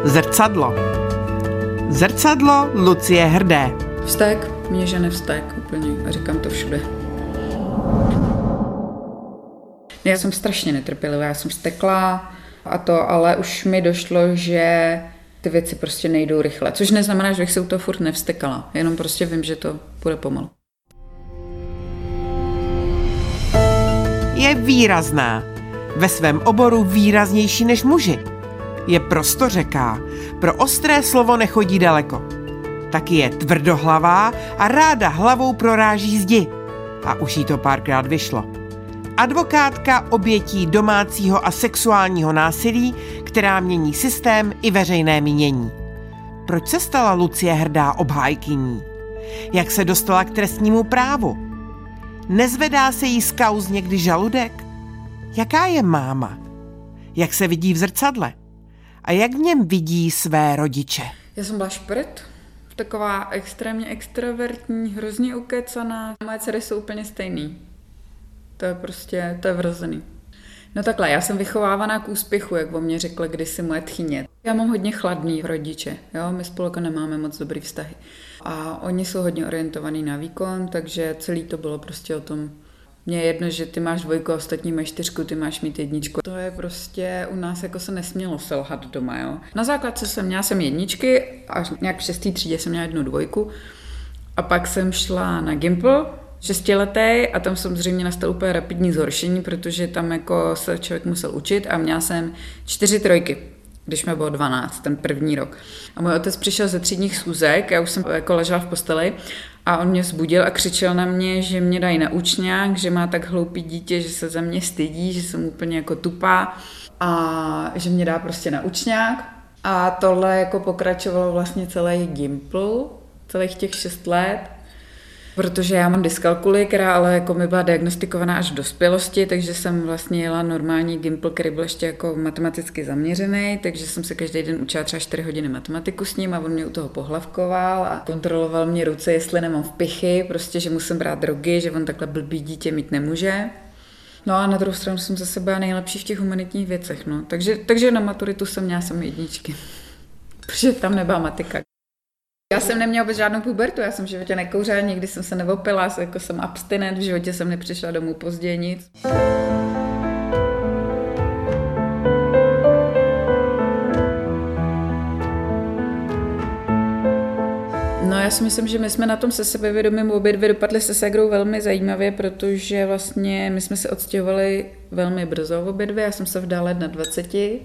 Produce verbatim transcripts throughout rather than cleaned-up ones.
Zrcadlo. Zrcadlo Lucie Hrdé. Vztek, mě žene vztek úplně a říkám to všude. Já jsem strašně netrpělivá, já jsem vzteklá a to, ale už mi došlo, že ty věci prostě nejdou rychle. Což neznamená, že bych se u toho furt nevstekala, jenom prostě vím, že to bude pomalu. Je výrazná. Ve svém oboru výraznější než muži. Je prostořeká, pro ostré slovo nechodí daleko. Taky je tvrdohlavá a ráda hlavou proráží zdi. A už jí to párkrát vyšlo. Advokátka obětí domácího a sexuálního násilí, která mění systém i veřejné mínění. Proč se stala Lucie Hrdá obhájkyní? Jak se dostala k trestnímu právu? Nezvedá se jí z kauz někdy žaludek? Jaká je máma? Jak se vidí v zrcadle? A jak v něm vidí své rodiče? Já jsem byla šprt, taková extrémně extrovertní, hrozně ukecaná. Moje dcery jsou úplně stejný. To je prostě, to je vrozený. No takhle, já jsem vychovávaná k úspěchu, jak o mě řekla kdysi moje tchyně. Já mám hodně chladný rodiče, jo, my spolu jako nemáme moc dobrý vztahy. A oni jsou hodně orientovaní na výkon, takže celý to bylo prostě o tom, mně je jedno, že ty máš dvojku a ostatní mají čtyřku, ty máš mít jedničku. To je prostě, u nás jako se nesmělo selhat doma, jo. Na základce jsem měla jsem jedničky a nějak v šestý třídě jsem měla jednu dvojku. A pak jsem šla na Gimpl, šestiletý, a tam samozřejmě nastalo úplně rapidní zhoršení, protože tam jako se člověk musel učit a měla jsem čtyři trojky, když mi bylo dvanáct, ten první rok. A můj otec přišel ze třídních schůzek, já už jsem jako ležela v posteli a on mě vzbudil a křičel na mě, že mě dají na učňák, že má tak hloupý dítě, že se za mě stydí, že jsem úplně jako tupá a že mě dá prostě na učňák. A tohle jako pokračovalo vlastně celý Gimpl, celých těch šest let. Protože já mám dyskalkulii, která ale jako mi byla diagnostikovaná až v dospělosti, takže jsem vlastně jela normální Gimpl, který byl ještě jako matematicky zaměřený, takže jsem se každý den učila třeba čtyři hodiny matematiku s ním a on mě u toho pohlavkoval a kontroloval mě ruce, jestli nemám vpichy, prostě, že musím brát drogy, že on takhle blbý dítě mít nemůže. No a na druhou stranu jsem zase byla nejlepší v těch humanitních věcech, no. Takže, takže na maturitu jsem měla samé jedničky, protože tam nebyla matika. Já jsem neměla vůbec žádnou pubertu, já jsem v životě nekouřila, nikdy jsem se neopila, jako jsem abstinent, v životě jsem nepřišla domů pozdě, nic. No já si myslím, že my jsme na tom se sebevědomím obě dvě dopadli se ségrou velmi zajímavě, protože vlastně my jsme se odstěhovali velmi brzo obě dvě, já jsem se vdala na dvaceti.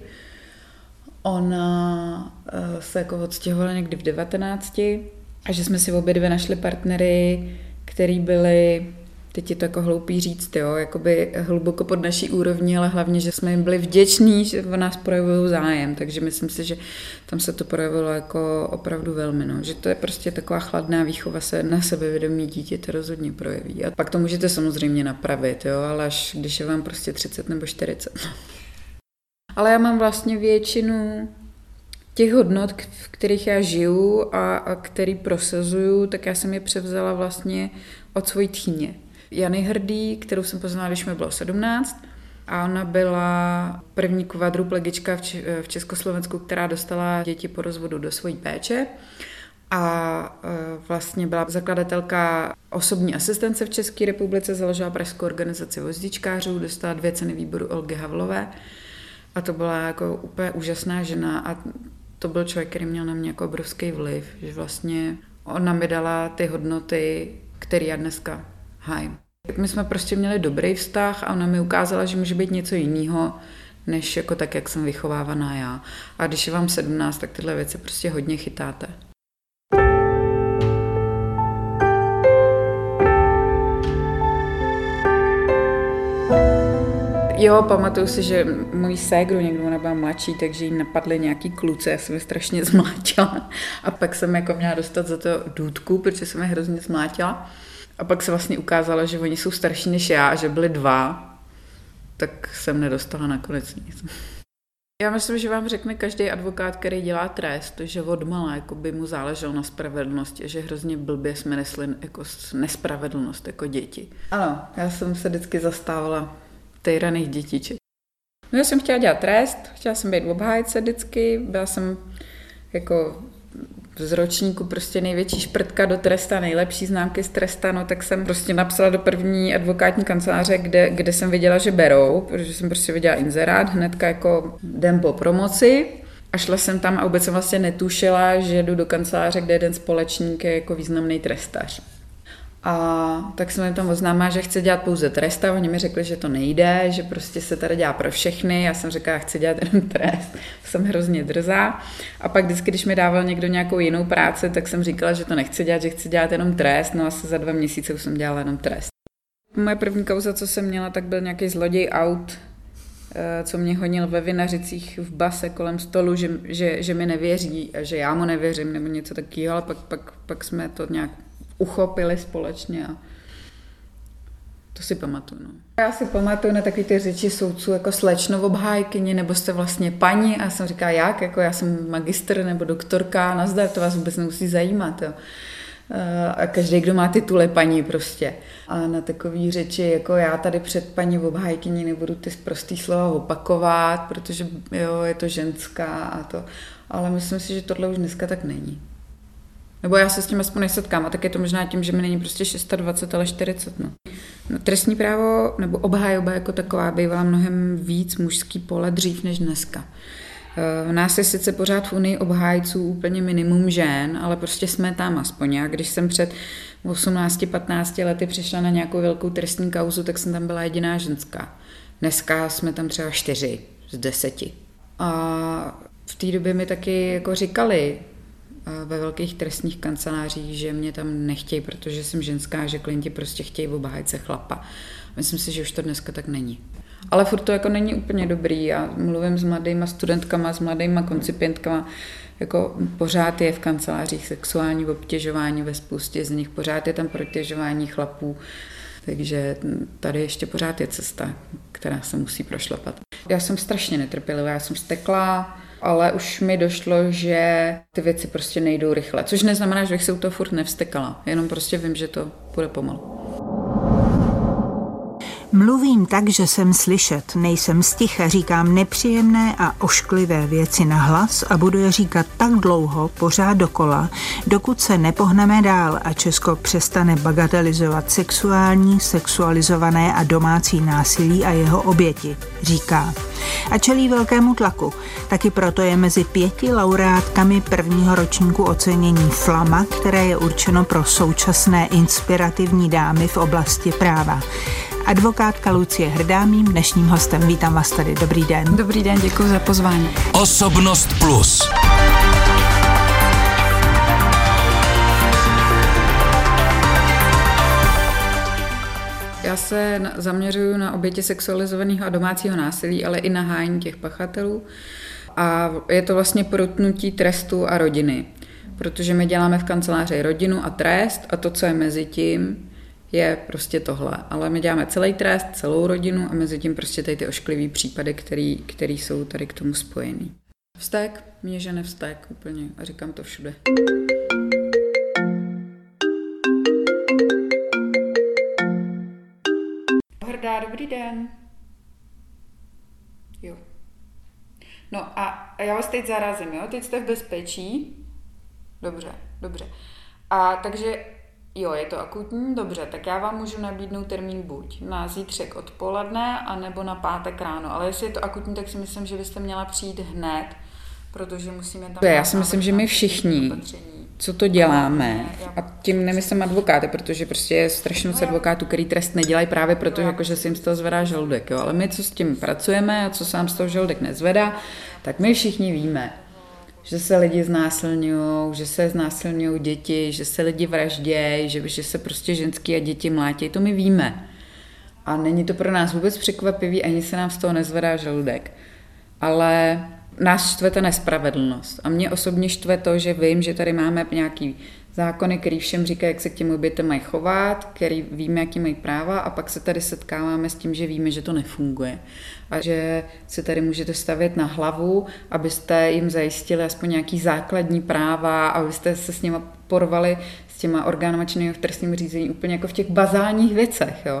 Ona se jako odstěhovala někdy v devatenácti a že jsme si obě dvě našli partnery, který byli, teď je to jako hloupý říct, jo, jakoby hluboko pod naší úrovní, ale hlavně, že jsme jim byli vděční, že v nás projevují zájem, takže myslím si, že tam se to projevilo jako opravdu velmi, no, že to je prostě taková chladná výchova se na sebevědomí dítě, to rozhodně projeví. A pak to můžete samozřejmě napravit, jo, ale až když je vám prostě třicet nebo čtyřicet. Ale já mám vlastně většinu těch hodnot, v kterých já žiju a, a který prosazuju, tak já jsem je převzala vlastně od svojí tchýně. Jany Hrdý, kterou jsem poznala, když mi bylo sedmnáct, a ona byla první kvadruplegička v, v Československu, která dostala děti po rozvodu do svojí péče a vlastně byla zakladatelka osobní asistence v České republice, založila Pražskou organizaci vozíčkářů, dostala dvě ceny výboru Olgy Havlové. A to byla jako úplně úžasná žena a to byl člověk, který měl na mě jako obrovský vliv, že vlastně ona mi dala ty hodnoty, které já dneska hájím. My jsme prostě měli dobrý vztah a ona mi ukázala, že může být něco jiného, než jako tak, jak jsem vychovávaná já. A když je vám sedmnáct, tak tyhle věci prostě hodně chytáte. Jo, pamatuju si, že mojí ségru, někdo ona byla mladší, takže jí napadly nějaký kluci, já jsem je strašně zmlátila. A pak jsem jako měla dostat za to důtku, protože jsem je hrozně zmlátila. A pak se vlastně ukázalo, že oni jsou starší než já a že byli dva, tak jsem nedostala nakonec nic. Já myslím, že vám řekne každý advokát, který dělá trest, že odmala jako by mu záleželo na spravedlnosti, že hrozně blbě jsme nesli jako nespravedlnost jako děti. Ano, já jsem se vždycky zastávala týraných dětiček. No já jsem chtěla dělat trest, chtěla jsem být obhájce vždycky, byla jsem jako z ročníku prostě největší šprtka do tresta, nejlepší známky z tresta, no tak jsem prostě napsala do první advokátní kanceláře, kde, kde jsem viděla, že berou, protože jsem prostě viděla inzerát hnedka jako den po promoci a šla jsem tam a vůbec jsem vlastně netušila, že jdu do kanceláře, kde jeden společník je jako významný trestař. A tak jsem jim tam oznámila, že chci dělat pouze trest a oni mi řekli, že to nejde, že prostě se tady dělá pro všechny. Já jsem řekla, já chci dělat jenom trest. Jsem hrozně drzá. A pak vždycky, když mi dával někdo nějakou jinou práci, tak jsem říkala, že to nechci dělat, že chci dělat jenom trest. No asi za dva měsíce už jsem dělala jenom trest. Moje první kauza, co jsem měla, tak byl nějaký zloděj aut, co mě honil ve Vinařicích v base kolem stolu, že, že, že mi nevěří a že já mu nevěřím nebo něco takového, ale pak, pak, pak jsme to nějak uchopili společně a to si pamatuju. No. Já si pamatuju na takové ty řeči soudců jako slečno obhájkyně, nebo jste vlastně paní a já jsem říkala, jak, jako já jsem magistr nebo doktorka, nazdar, to vás vůbec nemusí zajímat. Jo. A každý, kdo má titul, je paní prostě. A na takové řeči, jako já tady před paní obhájkyní nebudu ty prostý slova opakovat, protože jo, je to ženská a to. Ale myslím si, že tohle už dneska tak není. Nebo já se s tím aspoň nesetkám a tak je to možná tím, že mi není prostě dvacet šest, ale čtyřicet. No. No, trestní právo nebo obhajoba jako taková bývala mnohem víc mužský pole dřív než dneska. V nás je sice pořád v Unii obhájců úplně minimum žen, ale prostě jsme tam aspoň. Já když jsem před osmnácti patnácti lety přišla na nějakou velkou trestní kauzu, tak jsem tam byla jediná ženská. Dneska jsme tam třeba čtyři z deseti. A v té době mi taky jako říkali ve velkých trestních kancelářích, že mě tam nechtějí, protože jsem ženská, že klienti prostě chtějí obhájce chlapa. Myslím si, že už to dneska tak není. Ale furt to jako není úplně dobrý. Já mluvím s mladýma studentkama, s mladýma koncipientkama, jako pořád je v kancelářích sexuální obtěžování ve spoustě z nich, pořád je tam protěžování chlapů, takže tady ještě pořád je cesta, která se musí prošlapat. Já jsem strašně netrpělivá, já jsem vzteklá, ale už mi došlo, že ty věci prostě nejdou rychle, což neznamená, že bych se u toho furt nevstekala, jenom prostě vím, že to bude pomalu. Mluvím tak, že jsem slyšet, nejsem sticha, říkám nepříjemné a ošklivé věci nahlas a budu je říkat tak dlouho, pořád dokola, dokud se nepohneme dál a Česko přestane bagatelizovat sexuální, sexualizované a domácí násilí a jeho oběti, říká. A čelí velkému tlaku. Taky proto je mezi pěti laureátkami prvního ročníku ocenění Flama, které je určeno pro současné inspirativní dámy v oblasti práva. Advokátka Lucie Hrdá mým dnešním hostem. Vítám vás tady. Dobrý den. Dobrý den, děkuji za pozvání. Osobnost plus. Já se zaměřuju na oběti sexualizovaného a domácího násilí, ale i na hájení těch pachatelů. A je to vlastně protnutí trestu a rodiny. Protože my děláme v kanceláři rodinu a trest a to, co je mezi tím, je prostě tohle. Ale my děláme celý trest, celou rodinu a mezi tím prostě tady ty ošklivý případy, který, který jsou tady k tomu spojený. Vztek, mě žene vztek úplně a říkám to všude. Hrdá, dobrý den. Jo. No a já vás teď zarazím, jo? Teď jste v bezpečí. Dobře, dobře. A takže jo, je to akutní, dobře, tak já vám můžu nabídnout termín buď na zítřek odpoledne, anebo na pátek ráno, ale jestli je to akutní, tak si myslím, že byste měla přijít hned, protože musíme tam... Já si myslím, že my všichni, co to děláme, a tím nemyslím advokáty, protože prostě je strašně moc advokátů, který trest nedělají právě proto, jako, že se jim z toho zvedá žaludek, jo, ale my, co s tím pracujeme a co se nám z toho žaludek nezvedá, tak my všichni víme, že se lidi znásilňují, že se znásilňují děti, že se lidi vraždějí, že, že se prostě ženský a děti mlátí, to my víme. A není to pro nás vůbec překvapivý, ani se nám z toho nezvedá žaludek. Ale nás štve ta nespravedlnost. A mě osobně štve to, že vím, že tady máme nějaký zákony, který všem říkají, jak se k těm obětem mají chovat, který víme, jaký mají práva, a pak se tady setkáváme s tím, že víme, že to nefunguje. A že se tady můžete stavět na hlavu, abyste jim zajistili aspoň nějaký základní práva, abyste se s nimi porvali, s těma orgánama činnými v trestním řízení, úplně jako v těch bazálních věcech. Jo?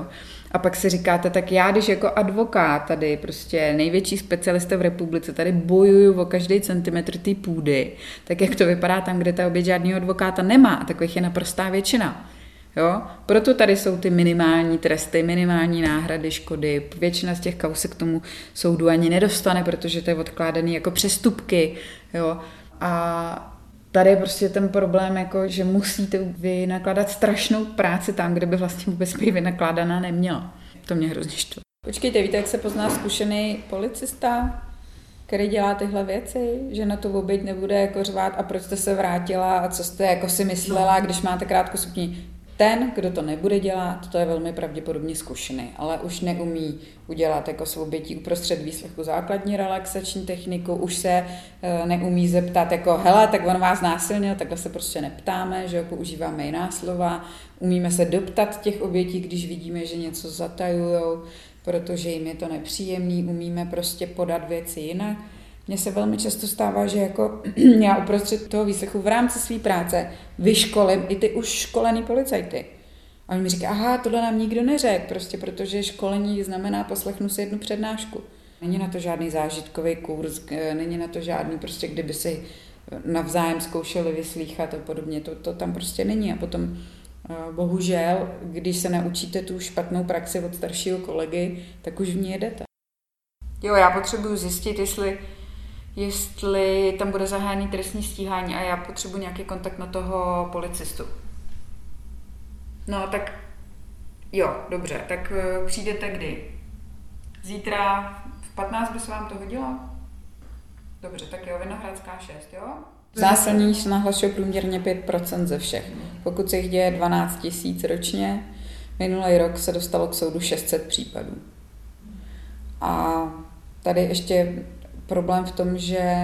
A pak si říkáte, tak já, když jako advokát tady, prostě největší specialista v republice, tady bojuju o každý centimetr té půdy, tak jak to vypadá tam, kde ta oběť žádného advokáta nemá, a takových je naprostá většina. Jo? Proto tady jsou ty minimální tresty, minimální náhrady škody. Většina z těch kauz se k tomu soudu ani nedostane, protože to je odkládaný jako přestupky. Jo? A tady je prostě ten problém, jako, že musíte vynakládat strašnou práci tam, kde by vlastně vůbec být vynakládaná neměla. To mě hrozně štve. Počkejte, víte, jak se pozná zkušený policista, který dělá tyhle věci, že na tu oběť nebude jako řvát a proč jste se vrátila a co jste jako si myslela, když máte krátkou sukni. Ten, kdo to nebude dělat, to je velmi pravděpodobně zkušený, ale už neumí udělat jako s obětí uprostřed výslechu základní relaxační techniku, už se e, neumí zeptat jako hele, tak on vás násilnil, takhle se prostě neptáme, že jo, používáme jiná slova, umíme se doptat těch obětí, když vidíme, že něco zatajujou, protože jim je to nepříjemný, umíme prostě podat věci jinak. Mně se velmi často stává, že jako já uprostřed toho výslechu v rámci své práce vyškolím i ty už školený policajty. A oni mi říkají, aha, tohle nám nikdo neřekl, prostě protože školení znamená poslechnu si jednu přednášku. Není na to žádný zážitkový kurz, není na to žádný, prostě kdyby si navzájem zkoušeli vyslýchat a podobně, to, to tam prostě není. A potom bohužel, když se naučíte tu špatnou praxi od staršího kolegy, tak už v ní jedete. Jo, já potřebuji zjistit, jestli jestli tam bude zahájený trestní stíhání a já potřebuji nějaký kontakt na toho policistu. No tak jo, dobře, tak přijdete kdy? Zítra v patnáct by se vám to hodilo? Dobře, tak jo, Vinohradská šest, jo? Zásilní se nahlašuje průměrně pět procent ze všech. Pokud se jich děje dvanáct tisíc ročně, minulý rok se dostalo k soudu šest set případů. A tady ještě problém v tom, že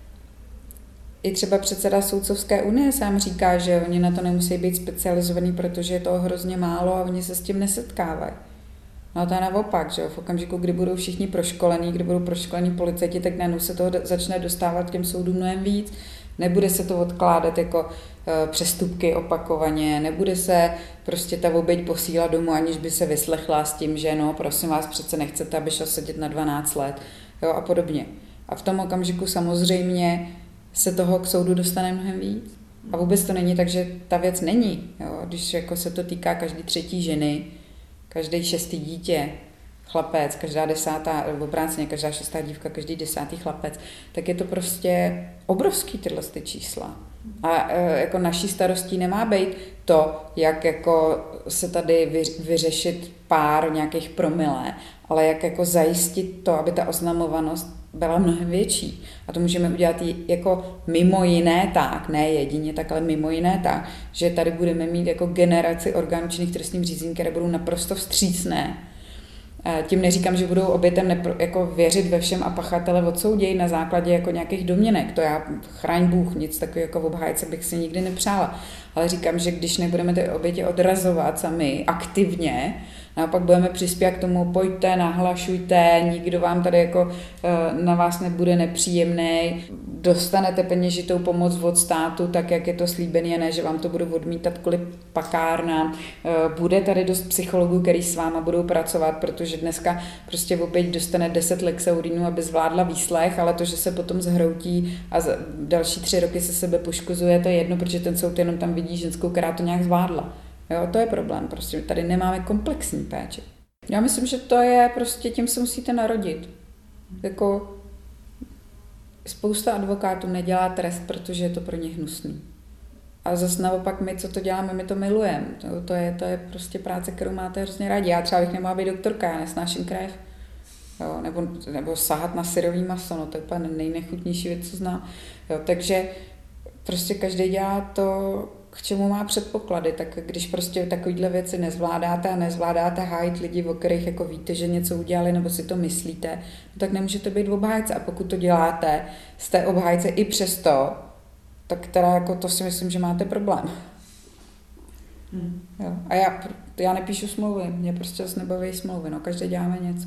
i třeba předseda Soudcovské unie sám říká, že oni na to nemusí být specializovaní, protože je toho hrozně málo a oni se s tím nesetkávají. No to je naopak, že v okamžiku, kdy budou všichni proškolení, kdy budou proškolení policajti, tak najednou se toho začne dostávat k těm soudům mnohem víc. Nebude se to odkládat jako e, přestupky opakovaně, nebude se prostě ta oběť posílat domů, aniž by se vyslechla s tím, že no, prosím vás, přece nechcete, aby šel sedět na dvanáct let, jo, a podobně. A v tom okamžiku samozřejmě se toho k soudu dostane mnohem víc. A vůbec to není tak, že ta věc není. Jo? Když jako se to týká každý třetí ženy, každý šestý dítě, chlapec, každá desátá, nebo obráceně každá šestá dívka, každý desátý chlapec, tak je to prostě obrovský tyhle ty čísla. A e, jako naší starostí nemá být to, jak jako se tady vyřešit pár nějakých promile, ale jak jako zajistit to, aby ta oznamovanost byla mnohem větší. A to můžeme udělat jako mimo jiné tak, ne jedině tak, ale mimo jiné tak, že tady budeme mít jako generaci orgánů činných trestním řízení, které budou naprosto vstřícné. Tím neříkám, že budou obětem nepro, jako věřit ve všem a pachatele odsoudějí na základě jako nějakých domněnek. To já, chraň Bůh, nic takového jako v obhájce bych si nikdy nepřála. Ale říkám, že když nebudeme ty oběti odrazovat sami aktivně, naopak budeme přispět k tomu, pojďte, nahlašujte, nikdo vám tady jako na vás nebude nepříjemný, dostanete peněžitou pomoc od státu, tak jak je to slíbené, ne, že vám to budou odmítat kvůli pakárnám. Bude tady dost psychologů, který s váma budou pracovat, protože dneska prostě opět dostane deset lexaurinů, aby zvládla výslech, ale to, že se potom zhroutí a další tři roky se sebe poškozuje, to je jedno, protože ten soud jenom tam vidí ženskou, která to nějak zvládla. Jo, to je problém, prostě tady nemáme komplexní péči. Já myslím, že to je prostě, tím se musíte narodit. Jako spousta advokátů nedělá trest, protože je to pro ně hnusný. A zase naopak my, co to děláme, my to milujeme. To, to, je, to je prostě práce, kterou máte hrozně rádi. Já třeba bych nemohla být doktorka, já nesnáším krev. Jo, nebo, nebo sahat na syrový maso, no to je úplně nejnechutnější věc, co znám. Jo, takže prostě každý dělá to, k čemu má předpoklady, tak když prostě takovýhle věci nezvládáte a nezvládáte hájit lidi, o kterých jako víte, že něco udělali nebo si to myslíte, tak nemůžete být v obhájce. A pokud to děláte, jste obhájce i přesto, tak teda jako to si myslím, že máte problém. Hmm. Jo. A já, já nepíšu smlouvy, mě prostě zase nebaví smlouvy, no každý děláme něco.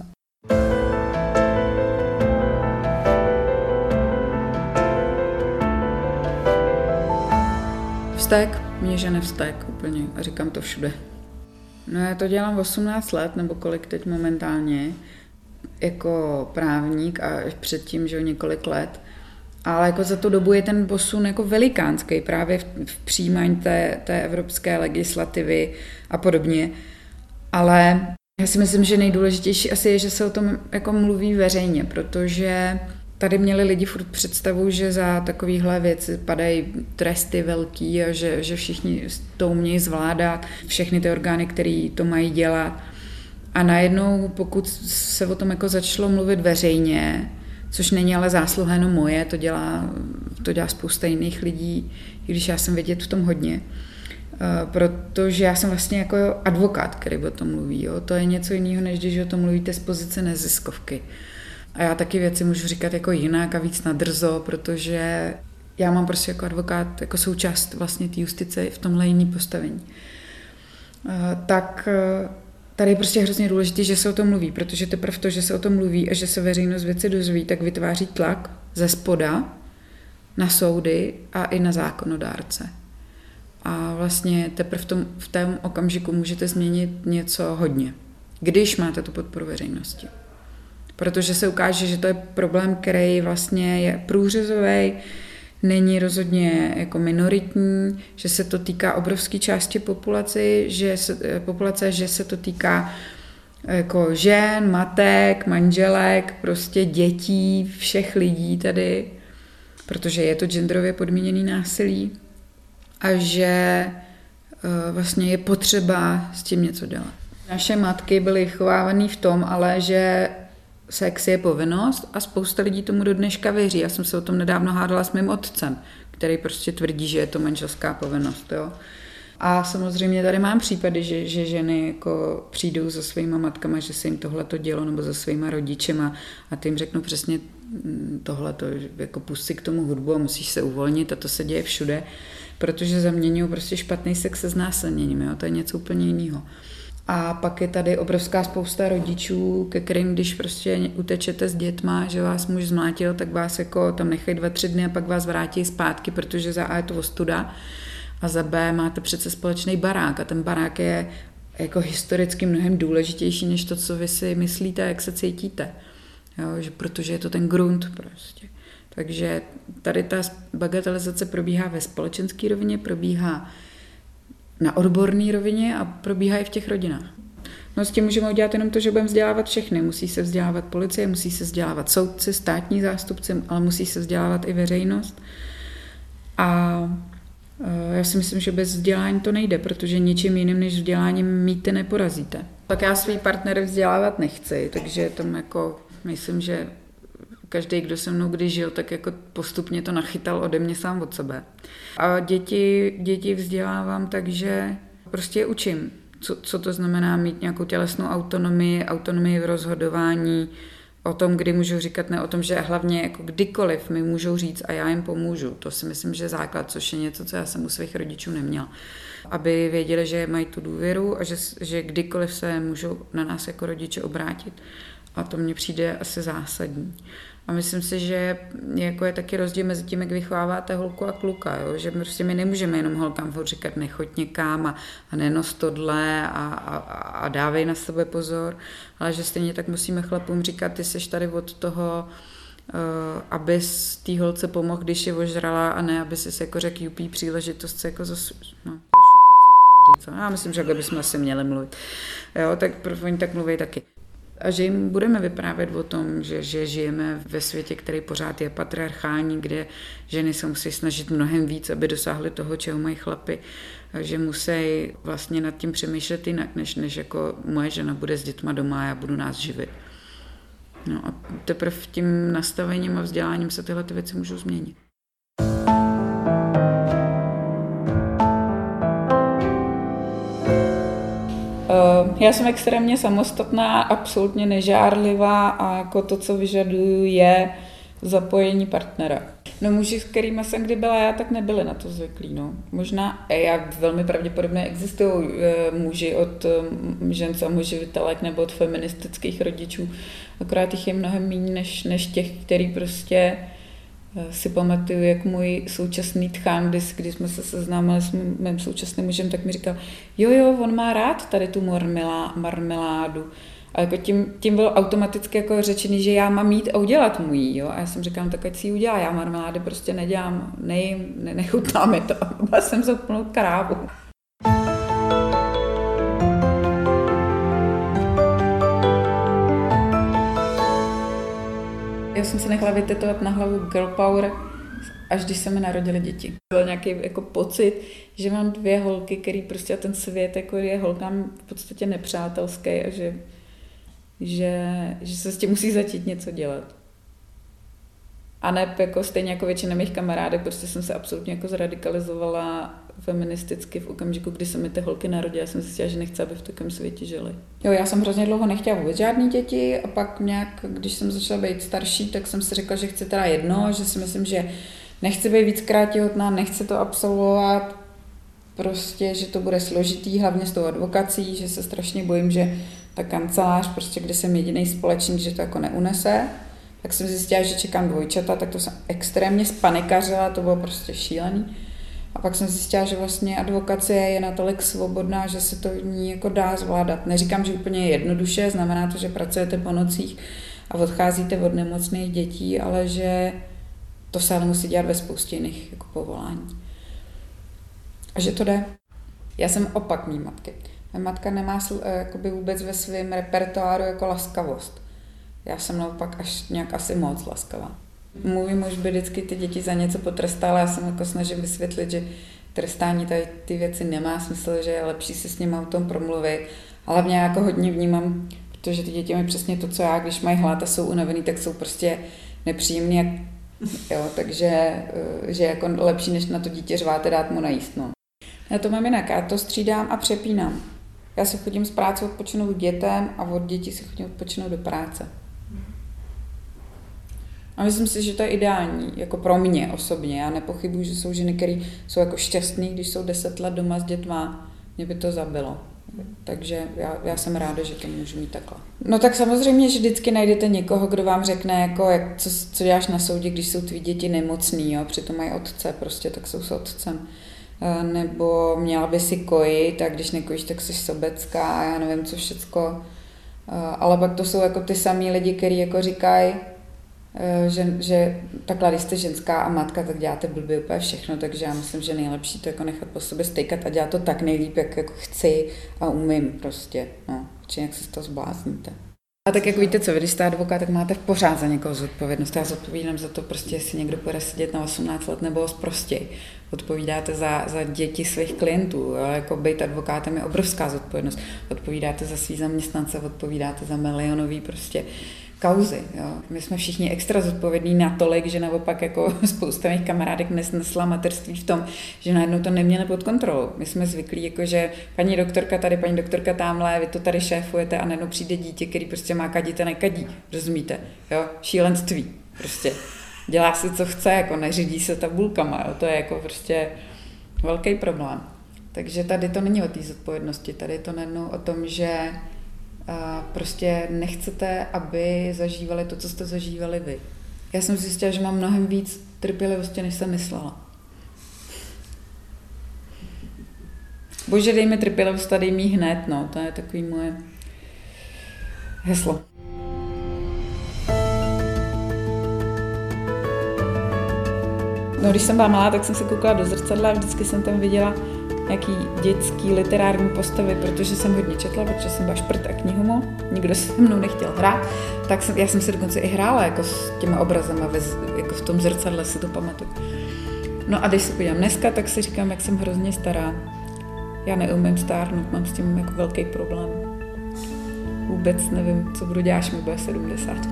Vztek, mě žene vztek úplně a říkám to všude. No já to dělám osmnáct let, nebo kolik teď momentálně, jako právník a předtím, že o několik let. Ale jako za tu dobu je ten posun jako velikánský právě v, v přijímání té, té evropské legislativy a podobně. Ale já si myslím, že nejdůležitější asi je, že se o tom jako mluví veřejně, protože tady měli lidi furt představu, že za takovéhle věci padají tresty velký a že, že všichni to umějí zvládat, všechny ty orgány, které to mají dělat. A najednou, pokud se o tom jako začalo mluvit veřejně, což není ale zásluha jenom moje, to dělá, to dělá spousta jiných lidí, i když já jsem vidět v tom hodně. Protože já jsem vlastně jako advokát, který o tom mluví. Jo. To je něco jiného, než když o tom mluvíte z pozice neziskovky. A já taky věci můžu říkat jako jinak a víc nadrzo, protože já mám prostě jako advokát jako součást vlastně té justice v tomhle jiný postavení. Tak tady je prostě hrozně důležité, že se o tom mluví, protože teprve to, že se o tom mluví a že se veřejnost věci dozví, tak vytváří tlak ze spoda na soudy a i na zákonodárce. A vlastně teprve v tom, v tom okamžiku můžete změnit něco hodně, když máte tu podporu veřejnosti. Protože se ukáže, že to je problém, který vlastně je průřezový, není rozhodně jako minoritní, že se to týká obrovské části populace, že se, populace, že se to týká jako žen, matek, manželek, prostě dětí, všech lidí tady, protože je to genderově podmíněný násilí a že vlastně je potřeba s tím něco dělat. Naše matky byly chovávané v tom, ale že sex je povinnost a spousta lidí tomu do dneška věří. Já jsem se o tom nedávno hádala s mým otcem, který prostě tvrdí, že je to manželská povinnost. Jo. A samozřejmě tady mám případy, že, že ženy jako přijdou za svýma matkama, že se jim tohleto dělo, nebo za svýma rodičema a ty jim řeknou přesně tohleto, jako pusť k tomu hudbu a musíš se uvolnit a to se děje všude, protože zaměňují prostě špatný sex se znásilněním. Jo. To je něco úplně jiného. A pak je tady obrovská spousta rodičů, ke kterým, když prostě utečete s dětma, že vás muž zmlátil, tak vás jako tam nechají dva, tři dny a pak vás vrátí zpátky, protože za A je to ostuda a za B máte přece společný barák a ten barák je jako historicky mnohem důležitější, než to, co vy si myslíte, jak se cítíte. Jo, že protože je to ten grunt prostě. Takže tady ta bagatelizace probíhá ve společenské rovině, probíhá na odborné rovině a probíhá i v těch rodinách. No s tím můžeme udělat jenom to, že budeme vzdělávat všechny. Musí se vzdělávat policie, musí se vzdělávat soudci, státní zástupci, ale musí se vzdělávat i veřejnost. A já si myslím, že bez vzdělání to nejde, protože ničím jiným než vzděláním mýty neporazíte. Tak já svý partnery vzdělávat nechci, takže tam jako myslím, že každý, kdo se mnou kdy žil, tak jako postupně to nachytal ode mě sám od sebe. A děti, děti vzdělávám, takže prostě je učím, co, co to znamená mít nějakou tělesnou autonomii, autonomii v rozhodování, o tom, kdy můžu říkat, ne o tom, že hlavně jako kdykoliv mi můžou říct a já jim pomůžu. To si myslím, že je základ, což je něco, co já jsem u svých rodičů neměla. Aby věděli, že mají tu důvěru a že, že kdykoliv se můžou na nás jako rodiče obrátit. A to mně přijde asi zásadní. A myslím si, že jako je taky rozdíl mezi tím, jak vychováváte holku a kluka, jo? Že prostě my nemůžeme jenom holkám furt říkat nechoď někam a, a nenos tohle a, a, a dávej na sebe pozor, ale že stejně tak musíme chlapům říkat, ty seš tady od toho, uh, abys té holce pomohl, když je ožrala a ne, aby si jako řekl jupí příležitost se jako zas... No, šukat, jsem říct. Já myslím, že takhle bychom asi měli mluvit. Jo, tak oni tak mluví taky. A že jim budeme vyprávět o tom, že, že žijeme ve světě, který pořád je patriarchální, kde ženy se musí snažit mnohem víc, aby dosáhly toho, čeho mají chlapy, že musí vlastně nad tím přemýšlet jinak, než, než jako moje žena bude s dětma doma a já budu nás živit. No a teprve tím nastavením a vzděláním se tyhle ty věci můžou změnit. Já jsem extrémně samostatná, absolutně nežárlivá a jako to, co vyžaduju, je zapojení partnera. No muži, s kterými jsem kdy byla já, tak nebyli na to zvyklí. No. Možná, jak velmi pravděpodobně existují muži od žen samoživitelek nebo od feministických rodičů, akorát jich je mnohem méně než, než těch, který prostě si pamatuju, jak můj současný tchán, když, když jsme se seznámili s mým, mým současným mužem, tak mi říkal, jo, jo, on má rád tady tu marmelá, marmeládu. A jako tím, tím bylo automaticky jako řečený, že já mám jít a udělat mu jí, jo. A já jsem říkala, tak ať si ji udělá, já marmelády prostě nedělám, nejím, ne, nechutná mi to. Byla jsem za úplnou krávu. Já jsem se nechala vytetovat na hlavu girl power, až když se mi narodily děti. Byl nějaký jako pocit, že mám dvě holky, který prostě ten svět jako je holkám v podstatě nepřátelský a že, že, že se s tím musí začít něco dělat. A ne jako stejně jako většina mých kamarádek, prostě jsem se absolutně jako zradikalizovala feministicky v okamžiku, kdy se mi ty holky narodily. Já jsem zjistila, že nechci, aby v takovém světě žili. Jo, já jsem hrozně dlouho nechtěla vůbec žádný děti a pak nějak, když jsem začala být starší, tak jsem si řekla, že chci teda jedno, že si myslím, že nechci být víckrát těhotná, nechci to absolvovat, prostě, že to bude složitý, hlavně s tou advokací, že se strašně bojím, že ta kancelář, prostě, kde jsem jediný společník, že to jako neunese. Tak jsem zjistila, že čekám dvojčata, tak to jsem extrémně spanikařila, to bylo prostě šílený. A pak jsem zjistila, že vlastně advokacie je natolik svobodná, že se to v ní jako dá zvládat. Neříkám, že úplně jednoduše, znamená to, že pracujete po nocích a odcházíte od nemocných dětí, ale že to se ale musí dělat ve spoustě jiných jako povolání. A že to jde. Já jsem opak mý matky. Mé matka nemá jakoby vůbec ve svém repertoáru jako laskavost. Já jsem naopak až nějak asi moc laskavá. Můj muž by vždycky ty děti za něco potrestal, ale já jsem jako snažím vysvětlit, že trestání tady ty věci nemá smysl, že je lepší si s nimi o tom promluvit. Ale hlavně jako hodně vnímám, protože ty děti mají přesně to, co já, když mají hlad a jsou unavený, tak jsou prostě nepříjemný. Jo, takže že jako lepší, než na to dítě řváte, dát mu najíst. No. Já to mám jinak, já to střídám a přepínám. Já si chodím z práce odpočinout dětem a od dětí si chodím odpočinout do práce. A myslím si, že to je ideální, jako pro mě osobně. Já nepochybuji, že jsou ženy, které jsou jako šťastný, když jsou deset let doma s dětma. Mě by to zabilo. Takže já, já jsem ráda, že to můžu mít takhle. No tak samozřejmě, že vždycky najdete někoho, kdo vám řekne, jako, jak, co, co děláš na soudě, když jsou tví děti nemocný, jo? Přitom mají otce, prostě tak jsou s otcem. Nebo měla by si kojit, a když nekojíš, tak jsi sobecká a já nevím, co všecko. Ale pak to jsou jako ty samý lidi, kteří jako říkají, že, že takhle, když jste ženská a matka, tak děláte blbě úplně všechno, takže já myslím, že nejlepší to jako nechat po sobě stejkat a dělat to tak nejlíp, jak jako chci a umím prostě, no, či jak se z toho zblázníte. A tak jak víte co, vy když jste advokát, tak máte pořád za někoho zodpovědnost. Já zodpovídám za to prostě, jestli někdo půjde sedět na osmnáct let nebo prostě. Odpovídáte za, za děti svých klientů, jo? Jako být advokátem je obrovská zodpovědnost. Odpovídáte za svý zaměstnance, odpovídátový za milionový prostě kauzy. Jo. My jsme všichni extra zodpovědní natolik, že naopak jako spousta mých kamarádek nesnesla materství v tom, že najednou to neměli pod kontrolou. My jsme zvyklí, jako, že paní doktorka tady, paní doktorka tamhle, vy to tady šéfujete a najednou přijde dítě, který prostě má kadit a nekadí. Rozumíte? Jo? Šílenství. Prostě dělá si, co chce, jako neřídí se tabulkama. Jo? To je jako prostě velký problém. Takže tady to není o té zodpovědnosti, tady je to najednou o tom, že a prostě nechcete, aby zažívali to, co jste zažívali vy. Já jsem zjistila, že mám mnohem víc trpělivosti, než jsem myslela. Bože, dej mi trpělivost a dej mi hned, no, to je takový moje heslo. No, když jsem byla malá, tak jsem se koukala do zrcadla a vždycky jsem tam viděla nějaký dětský literární postavy, protože jsem hodně četla, protože jsem byla šprt a knihomol, nikdo se mnou nechtěl hrát, tak jsem, já jsem si dokonce i hrála jako s těma obrazama, jako v tom zrcadle si to pamatuju. No a když se podívám dneska, tak si říkám, jak jsem hrozně stará. Já neumím stárnout, mám s tím jako velký problém. Vůbec nevím, co budu dělat, až mi bude sedmdesát.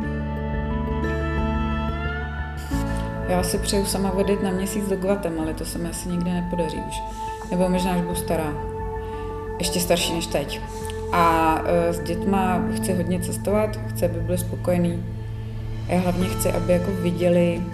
Já si přeju sama odjet na měsíc do Guatemala, to se mi asi nikdy nepodaří už. Nebo možná, až budu stará. Ještě starší než teď. A e, s dětma chci hodně cestovat, chci, aby byli spokojení. A já hlavně chci, aby jako viděli,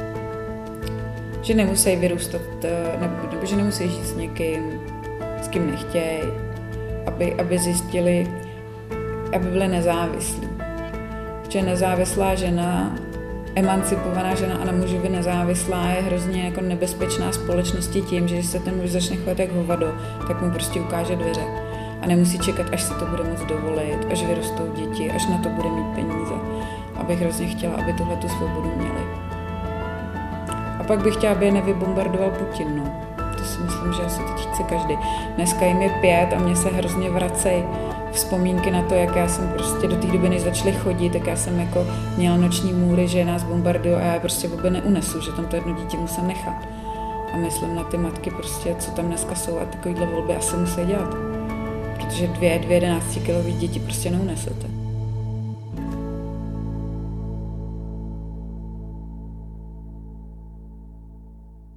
že nemusí vyrůstat, nebo, nebo že nemusí žít s někým, s kým nechtějí. Aby, aby zjistili, aby byli nezávislí. Protože nezávislá žena emancipovaná žena a na mužovi nezávislá je hrozně jako nebezpečná společnosti tím, že když se ten muž začne chovat jak hovado, tak mu prostě ukáže dveře. A nemusí čekat, až si to bude moct dovolit, až vyrostou děti, až na to bude mít peníze. Abych hrozně chtěla, aby tuhle tu svobodu měli. A pak bych chtěla, aby je nevybombardoval Putin, no. To si myslím, že asi teď chce každý. Dneska jim je pět a mně se hrozně vracejí vzpomínky na to, jak já jsem prostě do té doby, než začali chodit, tak já jsem jako měla noční můry, že nás bombardují a já prostě vůbec neunesu, že tam to jedno dítě musím nechat. A myslím na ty matky prostě, co tam dneska jsou a takovýhle volby asi musí dělat. Protože dvě, dvě jedenáctikilový děti prostě neunesete.